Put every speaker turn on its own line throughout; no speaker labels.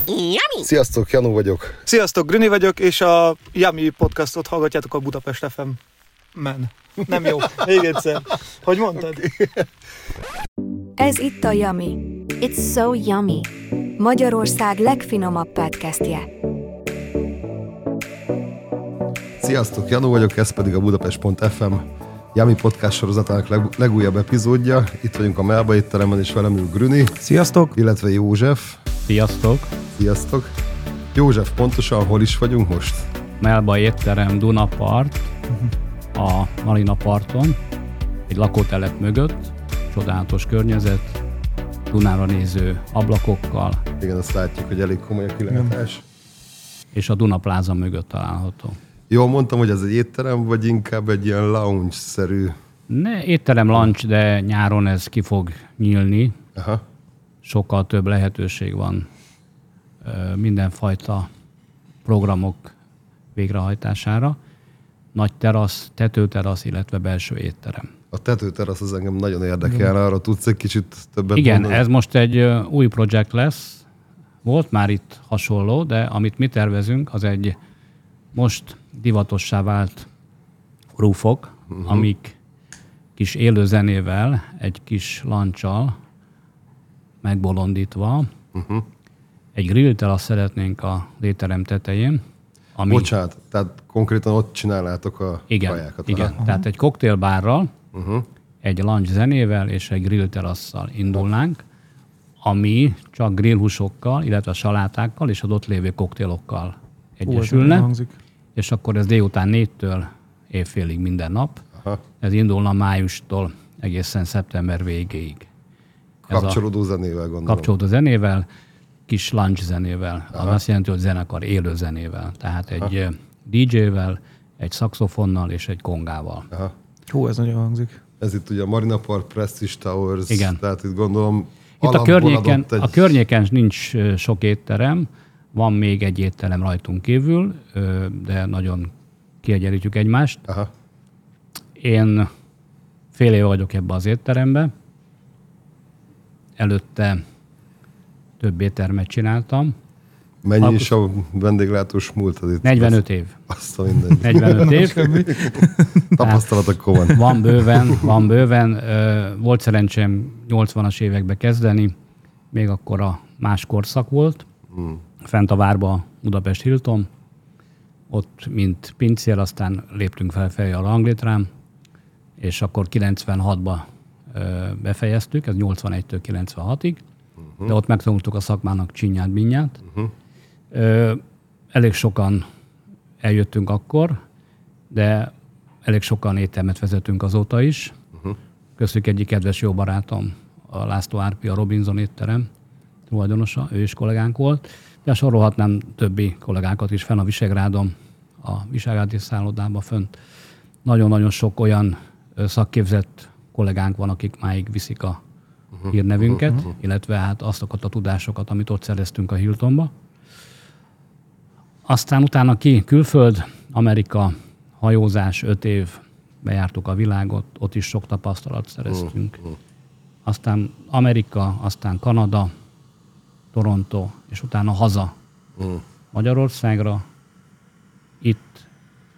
Yummy!
Sziasztok, Janu vagyok.
Sziasztok, Grüni vagyok, és a Yummy podcastot hallgatjátok a Budapest FM-men. Nem jó, még egyszer. Hogy mondtad?
Ez itt a Yummy.
It's so yummy.
Magyarország legfinomabb podcastje.
Sziasztok, Janu vagyok, ez pedig a Budapest.fm Yummy podcast sorozatának legújabb epizódja. Itt vagyunk a Melba étteremben, és velem ül Grüni.
Sziasztok!
Illetve József.
Sziasztok!
Sziasztok! József, pontosan hol is vagyunk most?
Melba étterem, Dunapart, a Marina parton, egy lakótelep mögött, csodálatos környezet, Dunára néző ablakokkal.
Igen, azt látjuk, hogy elég komoly a kilátás.
És a Duna Pláza mögött található.
Jól mondtam, hogy ez egy étterem, vagy inkább egy ilyen lounge-szerű?
Étterem, lunch, de nyáron ez ki fog nyílni.
Aha.
Sokkal több lehetőség van mindenfajta programok végrehajtására. Nagy terasz, tetőterasz, illetve belső étterem.
A tetőterasz az engem nagyon érdekel, arra tudsz egy kicsit többet
Igen,
mondani?
ez most egy új projekt lesz. Volt már itt hasonló, de amit mi tervezünk, az egy most divatossá vált roofok, amik kis élőzenével, egy kis lancsal megbolondítva, egy grillterasz szeretnénk a étterem tetején. Ami...
Bocsánat, tehát konkrétan ott csinálnátok a kajákat.
Igen, tehát egy koktélbárral, egy lunch zenével és egy grillterasszal indulnánk, ami csak grillhúsokkal, illetve salátákkal és az ott lévő koktélokkal egyesülne. És akkor ez délután 4-től évfélig minden nap.
Aha.
Ez indulna májustól egészen szeptember végéig.
Kapcsolódó zenével gondolom.
Kapcsolódó zenével, kis lunch zenével. Az azt jelenti, hogy zenekar élő zenével. Tehát egy DJ-vel, egy szaxofonnal és egy kongával.
Aha.
Hú, ez nagyon hangzik.
Ez itt ugye a Marina Park, Prestige Towers.
Igen.
Tehát itt gondolom
Itt a környéken nincs sok étterem, van még egy étterem rajtunk kívül, de nagyon kiegyenlítjük egymást.
Aha.
Én fél éve vagyok ebbe az étterembe. Előtte több éttermet csináltam.
Mennyi is a vendéglátós múltad itt?
45 év.
Azt a mindegy.
45 év.
Tapasztalatok van.
Van bőven. Volt szerencsém 80-as évekbe kezdeni, még akkor a más korszak volt. Fent a várba Budapest Hilton, ott mint pincér, aztán léptünk felfelé a ranglétrán, és akkor 96-ba befejeztük, ez 81-től 96-ig, de ott megtanultuk a szakmának csinyát-binyát. Elég sokan eljöttünk akkor, de elég sokan éttermet vezetünk azóta is. Köztük egyik kedves jó barátom, a László Árpi, a Robinson étterem tulajdonosa, ő is kollégánk volt, de sorolhatnám többi kollégákat is fenn a Visegrádon, a Visegrádi szállodában fönt. Nagyon-nagyon sok olyan szakképzett kollégánk van, akik máig viszik a hírnevünket, illetve hát azokat a tudásokat, amit ott szereztünk a Hiltonba. Aztán utána külföld, Amerika, hajózás, 5 év, bejártuk a világot, ott is sok tapasztalat szereztünk. Aztán Amerika, aztán Kanada, Toronto, és utána haza Magyarországra. Itt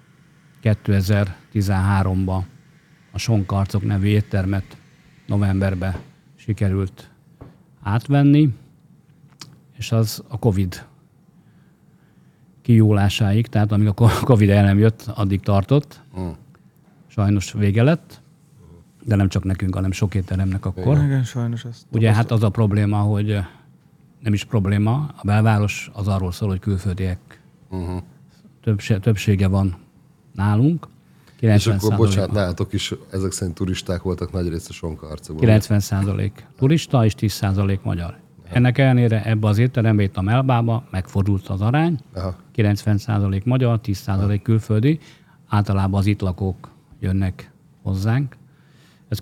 2013-ban a Sonkarcok nevű éttermet novemberben sikerült átvenni, és az a Covid kijúlásáig, tehát amíg a Covid el nem jött, addig tartott. Sajnos vége lett, de nem csak nekünk, hanem sok étteremnek akkor.
Igen, sajnos ezt.
Ugye hát az a probléma, hogy nem is probléma, a belváros az arról szól, hogy külföldiek többsége van nálunk.
És akkor bocsánat, nálatok is ezek szerint turisták voltak nagy rész a Sonkarcokban.
90% turista és 10% magyar. Ennek ellenére ebbe az étterembe, itt a Melbába megfordult az arány. 90% magyar, 10% külföldi. Általában az itt lakók jönnek hozzánk. Ez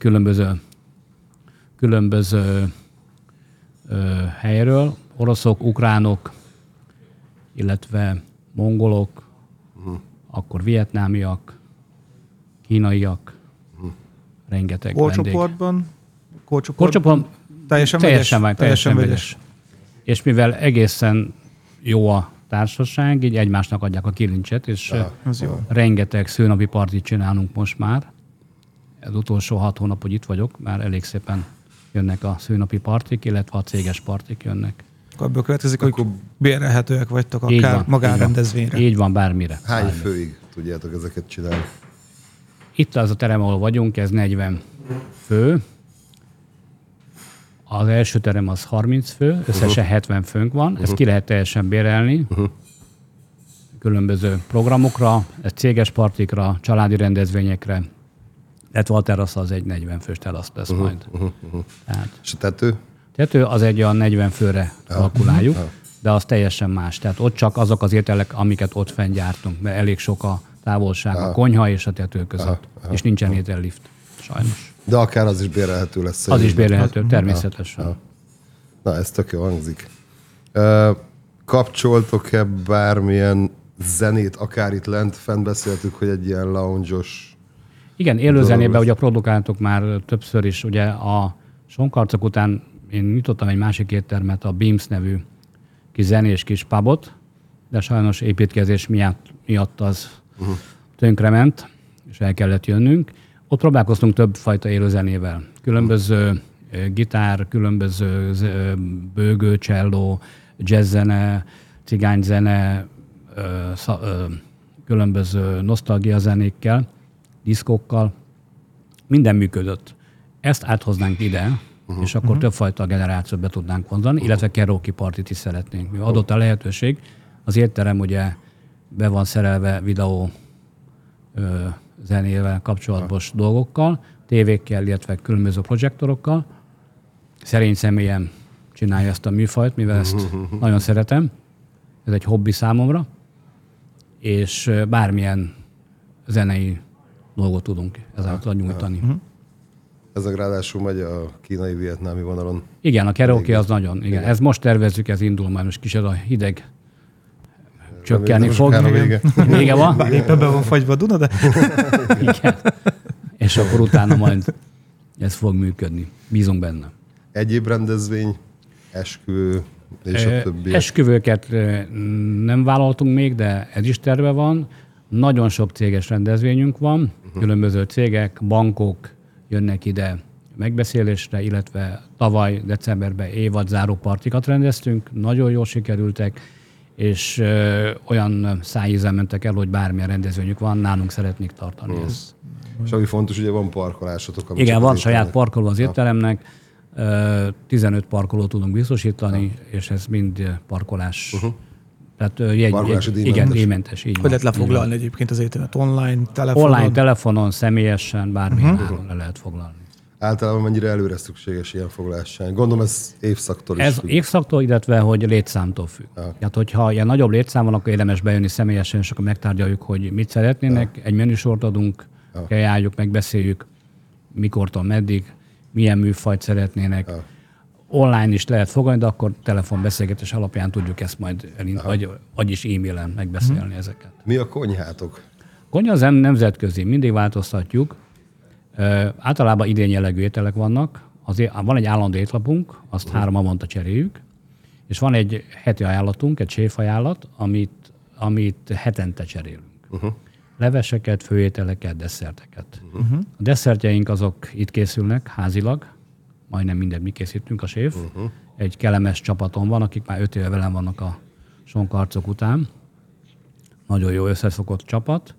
különböző helyről, oroszok, ukránok, illetve mongolok, akkor vietnámiak, kínaiak, rengeteg vendég.
Korcsoportban teljesen
vegyes. És mivel egészen jó a társaság, így egymásnak adják a kilincset, és rengeteg szőnapi partit csinálunk most már. Az utolsó 6 hónap, hogy itt vagyok, már elég szépen jönnek a szőnapi partik, illetve a céges partik jönnek.
Ebből következik, hogy bérelhetőek vagytok akár magánrendezvényre.
Így van, bármire.
Hány főig tudjátok ezeket csinálni?
Itt az a terem, ahol vagyunk, ez 40 fő. Az első terem az 30 fő, összesen 70 főnk van. Ezt ki lehet teljesen bérelni. Különböző programokra, ez céges partikra, családi rendezvényekre. illetve a terasz az egy 40 fős terasz lesz majd. Tehát,
és a tető?
Tető az egy olyan 40 főre kalkuláljuk, de az teljesen más. Tehát ott csak azok az ételek, amiket ott fenn gyártunk, mert elég sok a távolság a konyha és a tető között. És nincsen étellift, sajnos.
De akár az is bérelhető lesz.
Az is bérelhető, természetesen.
Na, ez tök jó hangzik. Kapcsoltok-e bármilyen zenét, akár itt lent? Fent beszéltük, hogy egy ilyen lounge-os...
Igen, élőzenében ugye produkáltuk már többször is. Ugye a sonkarcok után én nyitottam egy másik éttermet, a Beams nevű kis zenés kis pubot, de sajnos építkezés miatt az tönkrement, és el kellett jönnünk. Ott próbálkoztunk több fajta élőzenével. Különböző gitár, különböző bőgő, cselló, jazzzene, cigányzene, különböző nosztalgiazenékkel, diszkókkal. Minden működött. Ezt áthoznánk ide, és akkor többfajta generációt be tudnánk vonzani, illetve karaoke partit is szeretnénk. Mi adott a lehetőség, az étterem ugye be van szerelve videó zenével kapcsolatos dolgokkal, tévékkel, illetve különböző projektorokkal. Szerény személyen csinálja ezt a műfajt, mivel ezt nagyon szeretem. Ez egy hobbi számomra, és bármilyen zenei dolgot tudunk ezáltal nyújtani.
Ezek ráadásul megy a kínai-vietnámi vonalon.
Igen, a karaoke az nagyon. Igen. Ez most tervezzük, ez indul majd, most kicsit a hideg csökkenni fog. Vége van.
Éppen be van fagyva a Duna, de...
Igen. És akkor utána majd ez fog működni. Bízunk benne.
Egyéb rendezvény, esküvő és a többi.
Esküvőket nem vállaltunk még, de ez is terve van. Nagyon sok céges rendezvényünk van. Különböző cégek, bankok jönnek ide megbeszélésre, illetve tavaly decemberben évadzáró partikat rendeztünk. Nagyon jól sikerültek, és olyan szájízzel mentek el, hogy bármilyen rendezvényük van, nálunk szeretnék tartani ezt.
És ami fontos, ugye van parkolásotok.
Igen, van saját parkoló az étteremnek, 15 parkolót tudunk biztosítani, és ez mind parkolás. Tehát
parkolási
díjmentes.
Hogy lehet lefoglalni egyébként az éttermet? Online, telefonon?
Online, telefonon, személyesen, bármilyen áron le lehet foglalni.
Általában mennyire előre szükséges ilyen foglalásán? Gondolom ez évszaktól is
Ez
függ.
évszaktól, illetve hogy létszámtól függ. Tehát, hogyha ilyen nagyobb létszám van, akkor érdemes bejönni személyesen, és akkor megtárgyaljuk, hogy mit szeretnének. Egy menüsort adunk, ajánljuk, megbeszéljük, mikortól meddig, milyen műfajt szeretnének. Online is lehet fogadni, de akkor telefonbeszélgetés alapján tudjuk ezt majd, vagyis e-mailen megbeszélni ezeket.
Mi a konyhátok?
Konyha az nemzetközi, mindig változtatjuk. Általában idén jellegű ételek vannak. Van egy állandó étlapunk, azt 3 havonta cseréljük, és van egy heti ajánlatunk, egy séfajánlat, amit hetente cserélünk. Leveseket, főételeket, desszerteket. A desszertjeink azok itt készülnek házilag, majdnem mindent mi készítünk, a séf. Egy kellemes csapaton van, akik már 5 éve velem vannak a sonkarcok után. Nagyon jó összeszokott csapat.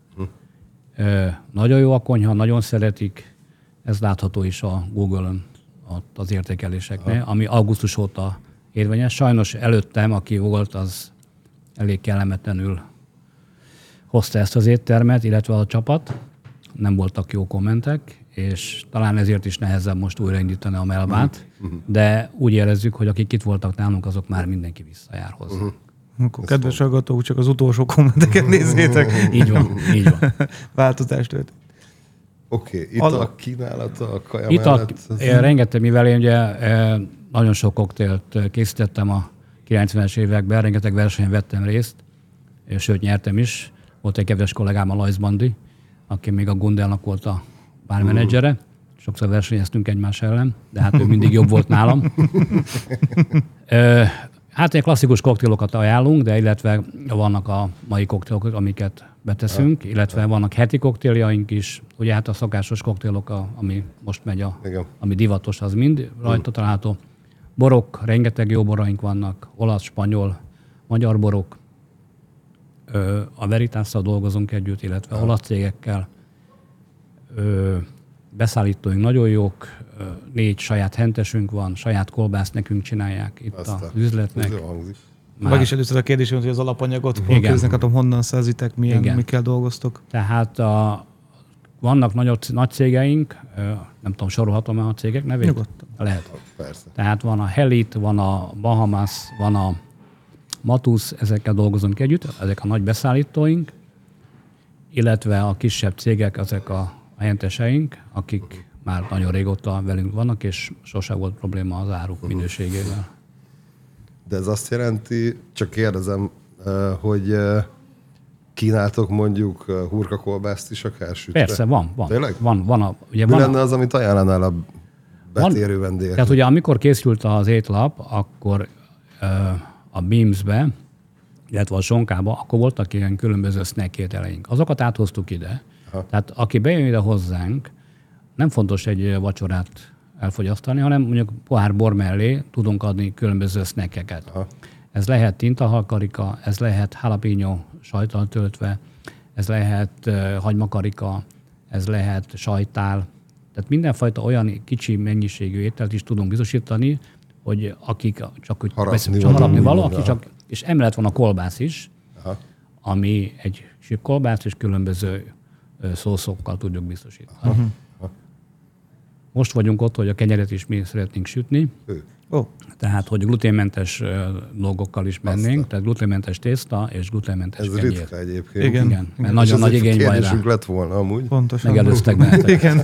Nagyon jó a konyha, nagyon szeretik. Ez látható is a Google-ön az értékeléseknél, ami augusztus óta érvényes. Sajnos előttem, aki volt, az elég kellemetlenül hozta ezt az éttermet, illetve a csapat. Nem voltak jó kommentek, és talán ezért is nehezebb most újraindítani a Melbát, de úgy érezzük, hogy akik itt voltak nálunk, azok már mindenki visszajár hozzá.
Akkor kedves hallgatók, csak az utolsó kommenteket nézzétek.
Így van.
Változást tört.
Oké, itt a kínálata, a kaja
itt
mellett.
Rengeteg, mivel én ugye nagyon sok koktélt készítettem a 90-es években, rengeteg versenyen vettem részt, sőt nyertem is. Volt egy kedves kollégám, a Lajz Bandi, aki még a Gundelnak volt a bármenedzsere. Sokszor versenyeztünk egymás ellen, de hát ő mindig jobb volt nálam. Hát egy klasszikus koktélokat ajánlunk, de illetve vannak a mai koktélok, amiket beteszünk, illetve vannak heti koktéljaink is. Ugye hát a szokásos koktélok, ami most megy, ami divatos, az mind rajta található. Borok, rengeteg jó boraink vannak, olasz, spanyol, magyar borok. A Veritásszal dolgozunk együtt, illetve olasz cégekkel. Beszállítóink nagyon jók, 4 saját hentesünk van, saját kolbászt nekünk csinálják itt az üzletnek.
Meg is először a kérdés, hogy az alapanyagot kérdeznek, honnan szerzitek, mikkel dolgoztok.
Tehát vannak nagy cégeink, nem tudom, sorolhatom el a cégek nevét?
Nyugodtan.
Lehet.
Persze.
Tehát van a Helit, van a Bahamas, van a Matus, ezekkel dolgozunk együtt, ezek a nagy beszállítóink, illetve a kisebb cégek, ezek a henteseink, akik már nagyon régóta velünk vannak, és sose volt probléma az áruk minőségével.
De ez azt jelenti, csak kérdezem, hogy kínáltok mondjuk hurkakolbászt is akár sütve?
Persze, van.
Tényleg?
Van ugye
Mi lenne az, amit ajánlanál a betérő vendégeknek?
Tehát ugye amikor készült az étlap, akkor a Beams-be, illetve a Sonkába, akkor voltak ilyen különböző snack ételeink. Azokat áthoztuk ide. Aha. Tehát aki bejön ide hozzánk, nem fontos egy vacsorát elfogyasztani, hanem mondjuk pohár bor mellé tudunk adni különböző snackeket. Aha. Ez lehet tintahalkarika, ez lehet jalapeno sajttal töltve, ez lehet hagymakarika, ez lehet sajtál. Tehát mindenfajta olyan kicsi mennyiségű ételt is tudunk biztosítani, hogy akik csak harapni való, aki csak, és emellett van a kolbász is, aha, ami egy kolbász és különböző szószokkal tudjuk biztosítani. Aha. Most vagyunk ott, hogy a kenyeret is mi szeretnénk sütni. Oh. Tehát, hogy gluténmentes dolgokkal is mennénk, tehát gluténmentes tészta és gluténmentes kenyér.
Ez ritka egyébként.
Igen. Mert nagyon nagy igény van rá.
Lett volna amúgy.
Pontosan.
Megelőztek benneteket.
Igen.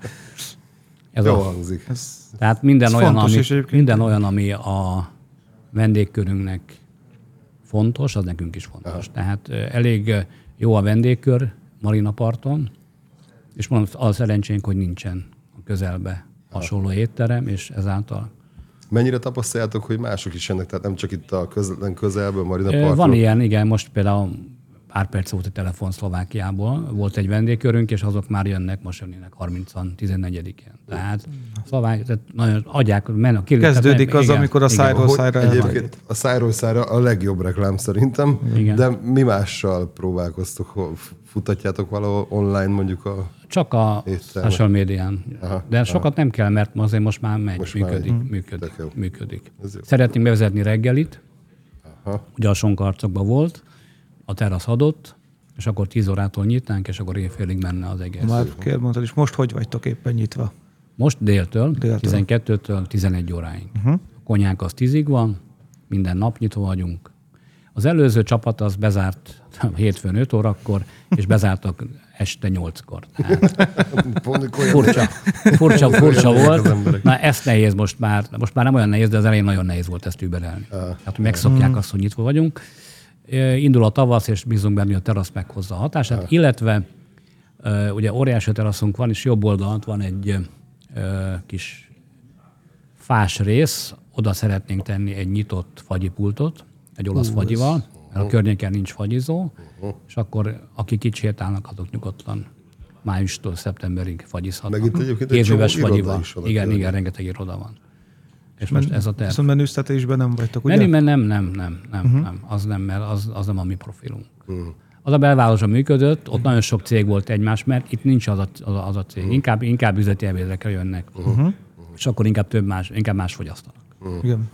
Jó hangzik.
Tehát minden olyan, ami a vendégkörünknek fontos, az nekünk is fontos. Aha. Tehát elég jó a vendégkör Marinaparton, és mondom, az szerencsénk, hogy nincsen a közelbe hasonló étterem, és ezáltal...
Mennyire tapasztaljátok, hogy mások is jönnek, tehát nem csak itt a közelből, Marinaparton?
Van ilyen, igen, most például pár perc volt egy telefon Szlovákiából, volt egy vendégkörünk, és azok már jönnek, most jönnének 30-an, 14-én. Tehát nagyon adják,
kezdődik az, amikor a szájról szájra
egyébként a szájról szájra a legjobb reklám szerintem, igen. De mi mással próbálkoztok? Futatjátok valahol online mondjuk a
csak a social médián. De sokat nem kell, mert azért most már működik. Szeretnénk bevezetni reggelit, ugye a Sonkarcokban volt, a terasz adott, és akkor 10 órától nyitnánk, és akkor éjfélig menne az egész.
Már mondtad, és most hogy vagytok éppen nyitva?
Most déltől. 12-től 11 óráig. A konyhánk az 10-ig van, minden nap nyitva vagyunk. Az előző csapat az bezárt hétfőn 5 órakor, és bezártak este 8-kor. Furcsa volt. Na ezt nehéz most már nem olyan nehéz, de az elején nagyon nehéz volt ezt überelni. Tehát, hogy megszokják azt, hogy nyitva vagyunk. Indul a tavasz, és bízunk benne, hogy a terasz meghozza a hatását, illetve ugye óriási teraszunk van, és jobb oldalt van egy kis fás rész, oda szeretnénk tenni egy nyitott fagyipultot, egy olasz fagyival, mert a környéken nincs fagyizó, és akkor akik itt sétálnak, azok nyugodtan májustól szeptemberig fagyizhatnak.
Meg itt egyébként egy csomó iroda is van.
Igen, rengeteg iroda van. És most ez a terv.
Viszont menüztetésben nem vagytok, ugye?
Nem. Az nem, mert az nem a mi profilunk. Az a belvároson működött, ott nagyon sok cég volt egymás, mert itt nincs az a cég. Inkább üzleti ebédekre jönnek. És akkor inkább más fogyasztanak.
Igen.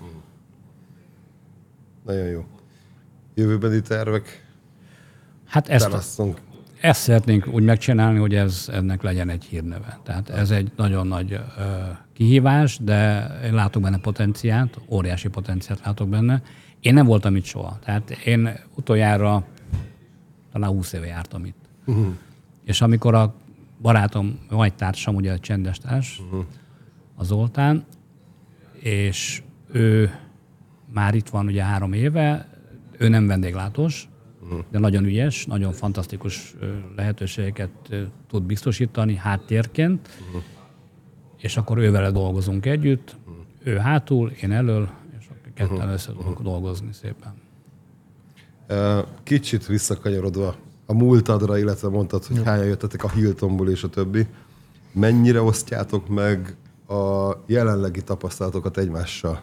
Nagyon jó. Jövőbeni tervek?
Hát ezt szeretnénk úgy megcsinálni, hogy ennek legyen egy hírneve. Tehát ez egy nagyon nagy kihívás, de én látok benne potenciált, óriási potenciált látok benne. Én nem voltam itt soha. Tehát én utoljára talán 20 éve jártam itt. És amikor a barátom, vagy társam, ugye a csendes társ, a Zoltán, és ő már itt van ugye 3 éve, ő nem vendéglátós, de nagyon ügyes, nagyon fantasztikus lehetőségeket tud biztosítani háttérként, és akkor ővele dolgozunk együtt, ő hátul, én elől, és ketten össze tudunk dolgozni szépen.
Kicsit visszakanyarodva a múltadra, illetve mondtad, hogy hányan jöttetek a Hiltonból és a többi. Mennyire osztjátok meg a jelenlegi tapasztalatokat egymással?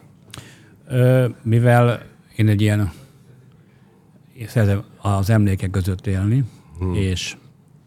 Mivel én egy ilyen szeretem az emlékek között élni, és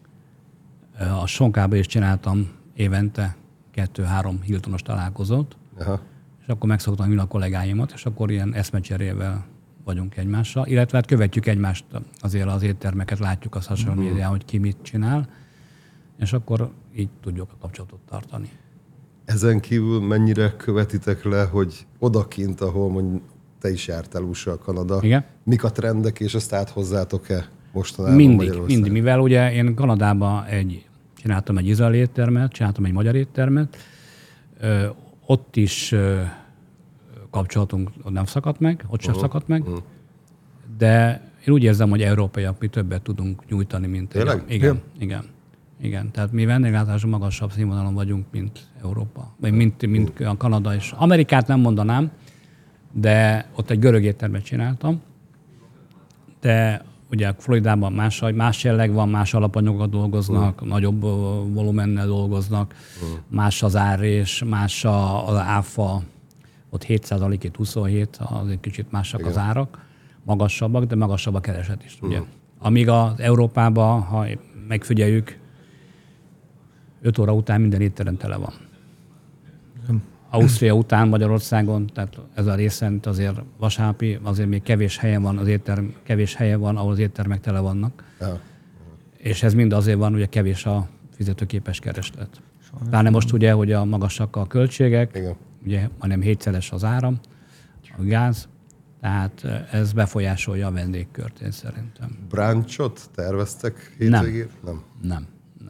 a Sonkában is csináltam évente 2-3 Hiltonos találkozót, és akkor megszoktam hívni a kollégáimat, és akkor ilyen eszmecserével vagyunk egymással, illetve hát követjük egymást, azért az éttermeket látjuk a social médián, hogy ki mit csinál, és akkor így tudjuk a kapcsolatot tartani.
Ezen kívül mennyire követitek le, hogy odakint, ahol mondjuk te is jártál USA, Kanada,
igen?
Mik a trendek, és azt áthozzátok-e mostanában
Mindig, mivel ugye én Kanadában csináltam egy izraeli éttermet, csináltam egy magyar éttermet, ott is kapcsolatunk nem szakadt meg, ott sem szakadt meg, de én úgy érzem, hogy európaiak mi többet tudunk nyújtani, mint...
Tényleg?
Igen. Tehát mi vendéglátáson magasabb színvonalon vagyunk, mint Európa, vagy mint a Kanada és Amerikát nem mondanám, de ott egy görög éttermet csináltam, de ugye Floridában más jelleg van, más alapanyagokat dolgoznak, nagyobb volumennel dolgoznak, más az ár és más az áfa, ott 7%-ét 27, azért kicsit másak az árak, magasabbak, de magasabb a kereset is, ugye. Amíg az Európában, ha megfigyeljük, 5 óra után minden étterem tele van. Ausztria után Magyarországon, tehát ez a részen azért vasárnapi, azért még kevés helyen van, ahol az éttermek tele vannak. És ez mind azért van, ugye kevés a fizetőképes kereslet. Pláne most ugye, hogy a magasak a költségek, ugye majdnem 7-szeres az áram, a gáz, tehát ez befolyásolja a vendégkört, én szerintem.
Brunchot terveztek hétvégén?
Nem.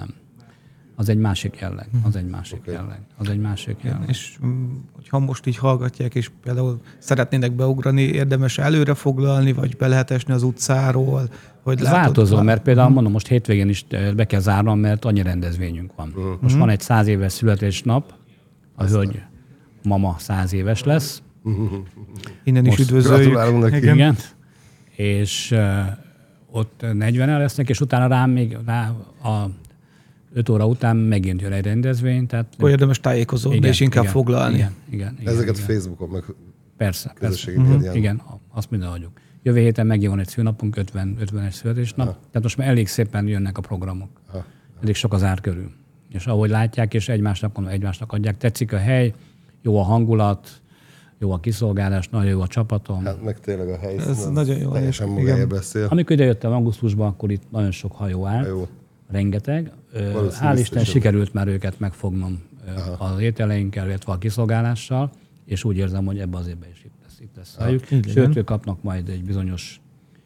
Az egy másik jelleg. Az egy másik jelleg.
És ha most így hallgatják, és például szeretnének beugrani, érdemes előre foglalni, vagy be lehet esni az utcáról? Hogy
ez változó, mert például mondom, most hétvégén is be kell zárnom, mert annyi rendezvényünk van. Most van egy 100 éves születésnap, a hölgy mama 100 éves lesz.
Innen is üdvözöljük.
Neki.
Igen. És ott 40-en lesznek, és utána rám még a 5 óra után megint jön egy rendezvény. Tehát
akkor érdemes tájékozódni, és inkább foglalni.
Igen,
ezeket Facebookon meg
persze.
Igen,
azt minden hagyjuk. Jövő héten megint van egy szülnapunk, 50-es születésnap. Tehát most már elég szépen jönnek a programok. Elég sok az ár körül. És ahogy látják, és egymásnak adják. Tetszik a hely, jó a hangulat, jó a kiszolgálás, nagyon jó a csapatom.
Hát meg tényleg a helyszín.
Ez nagyon jó.
Teljesen magája beszél.
Amikor idejöttem augusztusban, akkor itt nagyon sok hajó állt. Rengeteg. Hál' Isten sikerült már őket megfognom az ételeinkkel, illetve a kiszolgálással, és úgy érzem, hogy ebbe az évben is itt lesz rájuk. Sőt, ők kapnak majd egy bizonyos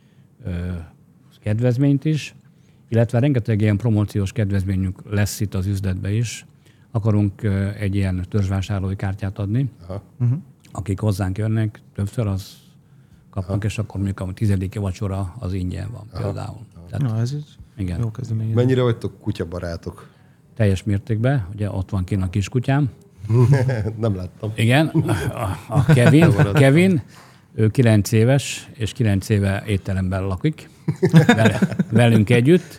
kedvezményt is, illetve rengeteg ilyen promóciós kedvezményünk lesz itt az üzletben is. Akarunk egy ilyen törzsvásárlói kártyát adni. Akik hozzánk jönnek, többször az kapnak, és akkor mondjuk a 10. vacsora az ingyen van például.
Tehát, ez
igen.
Jó kezdeményezés.
Mennyire vagytok kutyabarátok?
Teljes mértékben, ugye ott van kint a kiskutyám.
Nem láttam.
Igen, a Kevin, ő 9 éves, és 9 éve étteremben lakik, velünk együtt.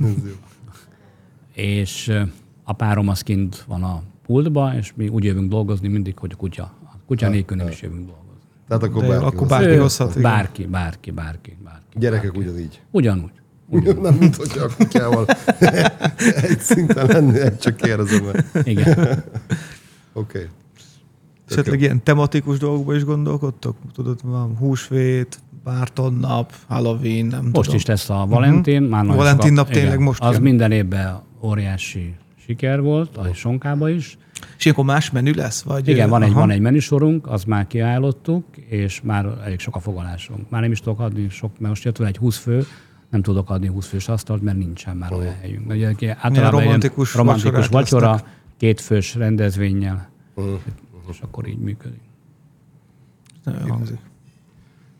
És a párom az kint van a pultba, és mi úgy jövünk dolgozni mindig, hogy a kutya nélkül nem is jövünk dolgozni.
Tehát akkor
bárki hozhat.
Bárki.
Gyerekek ugyanígy.
Ugyanúgy.
Nem, mint hogyha a kutyával egy szinten lenni, csak kérdezem meg.
Igen.
Oké.
Esetleg ilyen tematikus dolgokban is gondolkodtok? Tudod, van húsvét, Bártonnap, Halloween, nem
most
tudom.
is lesz a Valentin. Már
Valentin nap tényleg most
az
jön.
minden évben óriási siker volt, a Sonkában is.
És ilyenkor más menü lesz? Vagy
igen, van egy menüsorunk, azt már kiállottuk, és már elég sok a foglalásunk. Már nem is tudok adni sok, mert most jött egy 20 fő, nem tudok adni 20 fős asztalt, mert nincsen már olyan helyünk. Ugye, általában romantikus vacsora, 2 fős rendezvénnyel, és akkor így működik.
Nagyon hangzik.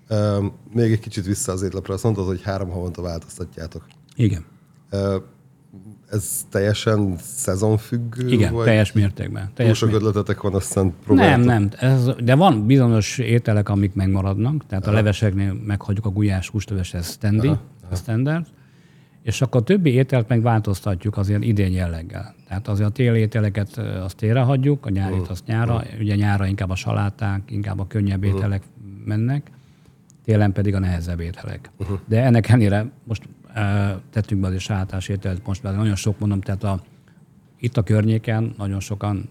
Még egy kicsit vissza az étlapra. Azt mondtad, hogy 3 havonta változtatjátok.
Igen.
ez teljesen szezonfüggő?
Igen,
vagy
teljes mértékben.
Túl sok ötletetek van, aztán próbáljátok?
Nem. De van bizonyos ételek, amik megmaradnak. Tehát a leveseknél meghagyjuk a gulyás húsleves, ez standard. És akkor a többi ételt meg változtatjuk azért idény jelleggel. Tehát azért a téli ételeket azt télre hagyjuk, a nyárit azt nyára. Ugye nyára inkább a saláták, inkább a könnyebb ételek mennek, télen pedig a nehezebb ételek. De ennek ellenére most tettünk be azért salátás ételt, most már nagyon sok mondom, tehát itt a környéken nagyon sokan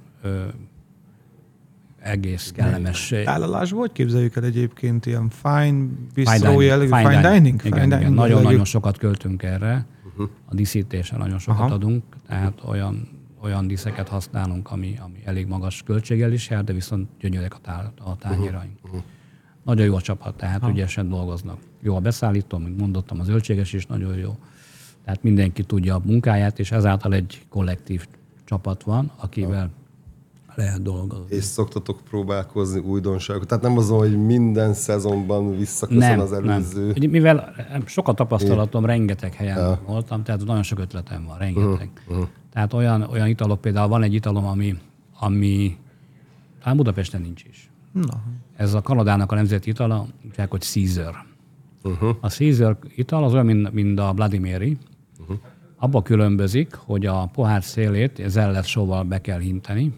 egész kellemes.
Tálalásban hogy képzeljük el egyébként ilyen fine bistro jellegű, fine dining?
Igen, nagyon-nagyon sokat költünk erre. A díszítésre nagyon sokat adunk, tehát olyan díszeket használunk, ami elég magas költséggel is jár, de viszont gyönyörűek a tányéraink. Nagyon jó a csapat, tehát ügyesen dolgoznak. Jó a beszállító, mint mondottam, a zöldséges is nagyon jó. Tehát mindenki tudja a munkáját, és ezáltal egy kollektív csapat van, akivel lehet dolgozni.
És szoktatok próbálkozni újdonságokat? Tehát nem azon, hogy minden szezonban visszaköszön az előző...
Nem. Mivel sokat tapasztalatom, rengeteg helyen voltam, tehát nagyon sok ötletem van, rengeteg. Tehát olyan italok, például van egy italom, ami talán Budapesten nincs is.
Na.
Ez a Kanadának a nemzeti itala, úgy hogy Caesar. A Caesar ital az olyan, mint a Bloody Mary. Abba különbözik, hogy a pohár szélét zellert sóval be kell hinteni,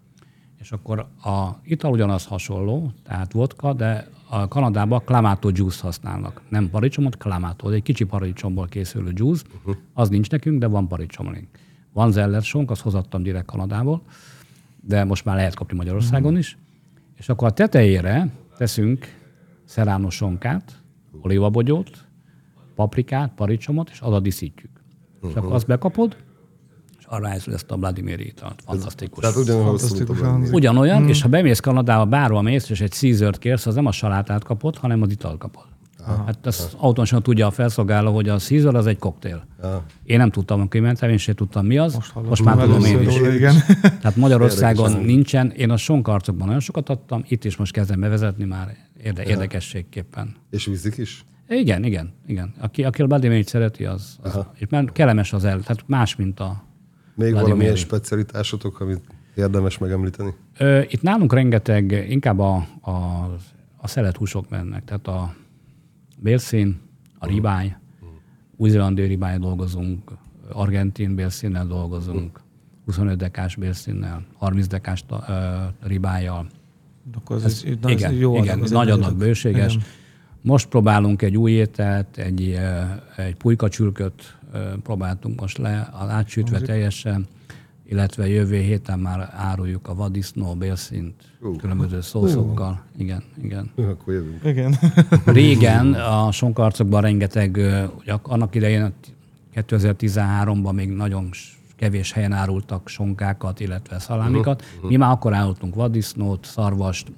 és akkor a ital ugyanaz hasonló, tehát vodka, de a Kanadában Clamato juice használnak. Nem paradicsomot, Clamato. Egy kicsi paradicsomból készülő juice. Az nincs nekünk, de van paradicsomunk. Van zellert sónk, azt hozattam direkt Kanadából, de most már lehet kapni Magyarországon is. És akkor a tetejére teszünk szerános sonkát, olívabogyót, paprikát, paradicsomot, és adat díszítjük. És akkor azt bekapod, és arra elszül ezt a Bloody Mary italt. Fantasztikus.
Tehát
Ugyanolyan, és ha bemész Kanadába, bárhol mész, és egy Caesart kérsz, az nem a salátát kapod, hanem az italt kapod. Hát ezt autonosan tudja a felszolgáló, hogy a Caesar az egy koktél. Én nem tudtam, amikor mentem, én sem tudtam, mi az. Most már tudom én is. Tehát Magyarországon nincsen. Én a sonkarcokban nagyon sokat adtam, itt is most kezdem bevezetni már érdekességképpen.
És vízik is?
Igen. Aki a Bloody Mary-t szereti, az és mert kellemes az tehát más, mint a
Még valamilyen specialitásotok, amit érdemes megemlíteni?
Itt nálunk rengeteg, inkább a szelet húsok mennek. Tehát a bélszín, a ribály, új-zélandi ribály dolgozunk, argentin bélszínnel dolgozunk, 25 dekás bélszínnel, 30 dekás ribályjal.
Akkor
igen, nagy adag bőséges. Igen. Most próbálunk egy új ételt, egy pulykacsülköt próbáltunk most le, átsütve teljesen, illetve jövő héten már áruljuk a vaddisznó, bélszínt, különböző szószokkal. Igen.
Akkor jövünk.
Igen.
Régen a sonkarcokban rengeteg, annak idején 2013-ban még nagyon kevés helyen árultak sonkákat, illetve szalámikat. Mi már akkor árultunk vaddisznót, szarvast,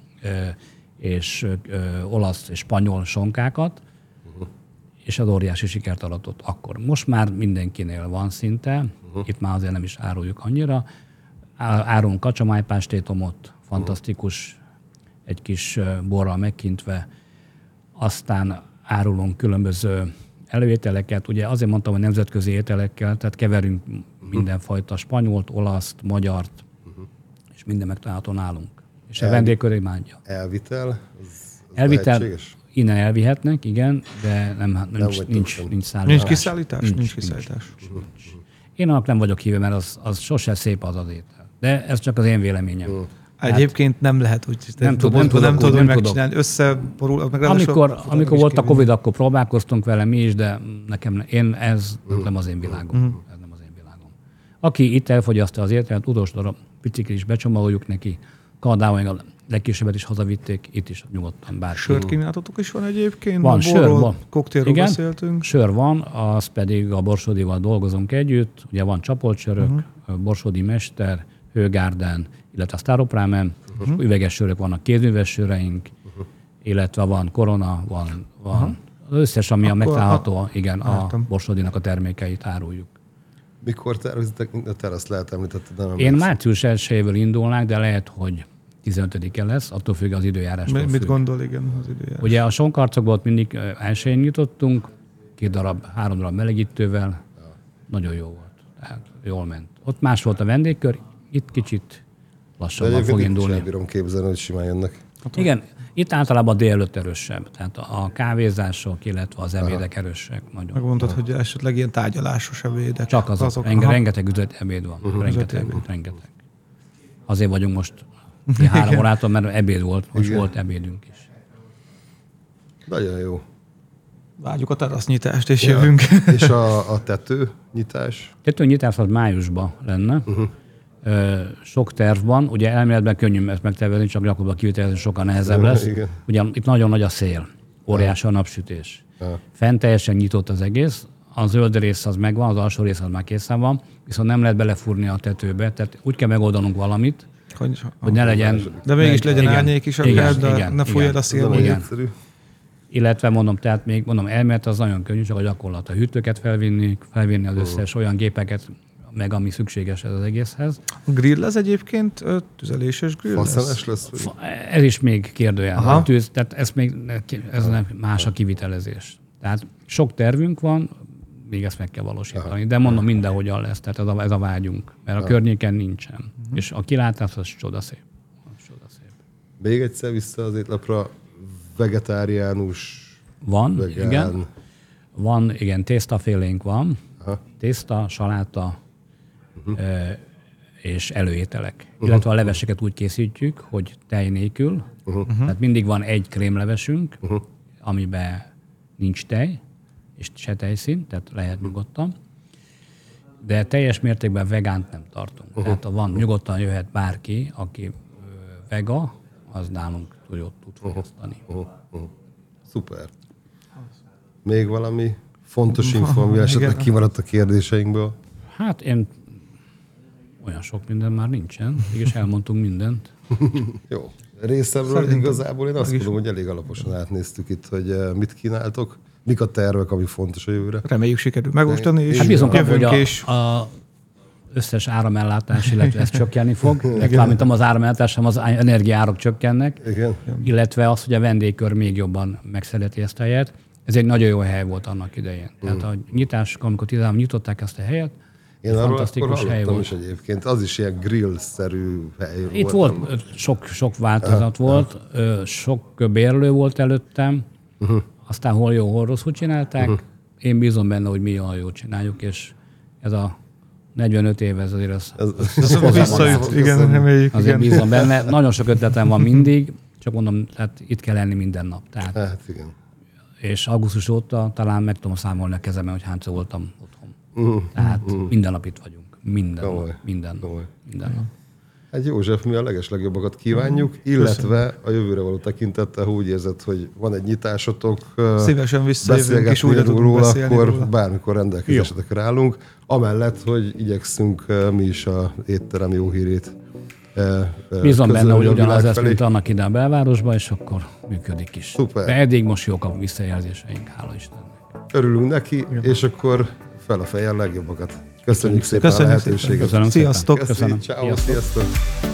és olasz és spanyol sonkákat, és az óriási sikert aratott akkor. Most már mindenkinél van szinte, itt már azért nem is áruljuk annyira. Árulunk kacsamájpástétomot, fantasztikus, egy kis borral megkintve, aztán árulunk különböző előételeket. Ugye azért mondtam, hogy nemzetközi ételekkel, tehát keverünk mindenfajta spanyolt, olaszt, magyart, és minden megtalálható nálunk. És a vendégkör imádja.
Elvitel?
Elvitel innen elvihetnek, igen, de nincs szállítás.
Nincs kiszállítás? Nincs kiszállítás.
Én annak nem vagyok híve, mert az sose szép az étel. De ez csak az én véleményem.
Egyébként nem lehet úgy,
nem tudom
megcsinálni, összeborul.
Amikor volt a Covid, akkor próbálkoztunk vele mi is, de nekem ez nem az én világom. Ez nem az én világom. Aki itt elfogyasztja az ételt, utolsóra picikét is becsomagoljuk neki, Kanadában a legkisebbet is hazavitték, itt is nyugodtan bárki.
Sört kínáltatok is van egyébként?
Van, sör van.
Koktélról beszéltünk.
Sör van, az pedig a Borsodival dolgozunk együtt. Ugye van csapoltsörök, Borsodi Mester, Hőgárden, illetve a Staropramen, üveges sörök vannak, kézműves söreink, illetve van Korona, van az összes, ami megtalálható, a Borsodinak a termékeit áruljuk.
Mikor tervezitek? Azt lehet említetted.
Én március 1-jéből indulnánk, de lehet, hogy 15-e lesz, attól függ az időjárástól.
Mit gondol, igen, az időjárás?
Ugye a sonkarcokból mindig elsőjén nyitottunk, 3 darab melegítővel, nagyon jó volt. Tehát jól ment. Ott más volt a vendégkör, itt kicsit
De
lassabban fog
egyébként
indulni.
sem bírom képzelni, hogy simán jönnek.
Igen, itt általában délelőtt erősebb. Tehát a kávézások, illetve az ebédek erősek nagyon.
Megmondtad, hogy esetleg ilyen tárgyalásos ebédek.
Csak azok. Rengeteg üzleti ebéd van. Rengeteg. Azért vagyunk most 3 órától, mert ebéd volt. Most volt ebédünk is.
Nagyon jó.
Várjuk a terasznyitást, és jövünk.
És a tetőnyitás?
Tetőnyitás az májusban lenne. Sok terv van. Ugye elméletben könnyű ezt megtervezni, csak gyakorlatban kivitelezni sokkal nehezebb lesz.
Igen.
Ugye itt nagyon nagy a szél. Óriási a napsütés. Fent teljesen nyitott az egész. A zöld rész az megvan, az alsó rész az már készen van, viszont nem lehet belefúrni a tetőbe. Tehát úgy kell megoldanunk valamit, hogy ne legyen...
De mégis legyen árnyék is akár, de ne fújjad a szél.
Nagyon
Igen.
egyszerű.
Illetve mondom, tehát még mondom, elmélet az nagyon könnyű, csak a gyakorlat. A hűtőket felvinni az összes olyan gépeket, meg ami szükséges ez az egészhez.
A grill ez egyébként tüzeléses grill
Faszenes lesz?
Ez is még kérdőjel.
Aha.
A tűz, tehát ez nem más a kivitelezés. Tehát sok tervünk van, még ezt meg kell valósítani. De mondom, mindenhogyan lesz, tehát ez a vágyunk. Mert a környéken nincsen. És a kilátás az csodaszép.
Még egyszer vissza az étlapra, vegetáriánus,
Van,
vegán.
igen. Van, igen, tésztafélénk van.
Aha.
Tészta, saláta és előételek. Illetve a leveseket úgy készítjük, hogy tej nélkül. Tehát mindig van egy krémlevesünk, amiben nincs tej, és se tejszín, tehát lehet nyugodtan. De teljes mértékben vegánt nem tartunk. Tehát van, nyugodtan jöhet bárki, aki vega, az nálunk tud fogyasztani.
Szuper. Még valami fontos info, ami esetleg kimaradt a kérdéseinkből?
Hát olyan sok minden már nincsen, mégis elmondtunk mindent.
Jó. Részemről igazából én azt mondom, hogy elég alaposan átnéztük itt, hogy mit kínáltok, mik a tervek, ami fontos a jövőre.
Reméljük sikerül megostani, és
Hát bízunk abban, hogy
jövünk is.
a összes áramellátás, illetve ez csökkenni fog. Mármint az áramellátás, hanem az energiaárak csökkennek.
Igen.
Illetve az, hogy a vendégkör még jobban megszereti ezt a helyet. Ez egy nagyon jó hely volt annak idején. Tehát a nyitás, amikor 13 nyitották ezt a helyet,
Én arról akkor
fantasztikus hely
hallottam
volt.
is egyébként. Az is ilyen grill-szerű hely
Itt volt sok változat volt, sok bérlő volt előttem, aztán hol jó, hol rosszul csinálták. Én bízom benne, hogy mi olyan jól csináljuk, és ez a 45 év, ez azért az
Visszajut, igen, reméljük.
azért
Igen.
bízom benne. Nagyon sok ötletem van mindig, csak mondom, tehát itt kell lenni minden nap. Tehát,
Hát igen.
és augusztus óta talán meg tudom számolni a kezemben, hogy hányszor voltam otthon. Tehát minden nap itt vagyunk. Minden
Komoly.
nap. Minden nap.
Komoly.
Minden nap.
Hát József, mi a legeslegjobbakat kívánjuk, illetve a jövőre való tekintettel, ha úgy érzed, hogy van egy nyitásotok,
Szívesen visszajövünk, és újra tudunk
róla,
beszélni
akkor
róla.
bármikor rendelkezésetekre állunk. Amellett, hogy igyekszünk mi is a étterem jó hírét
Bízom benne, hogy
közölni a
ugyanaz
világ
lesz,
felé.
mint annak ide a belvárosban, és akkor működik is.
Szuper.
De eddig most jók a visszajelzéseink, hála Istennek.
Örülünk neki, és akkor fel a fejjel legjobbakat. Köszönjük szépen
Köszönjük
a lehetőséget.
Köszönöm
Sziasztok.
szépen. Köszönöm.
Ciao,
Sziasztok.
sziasztok.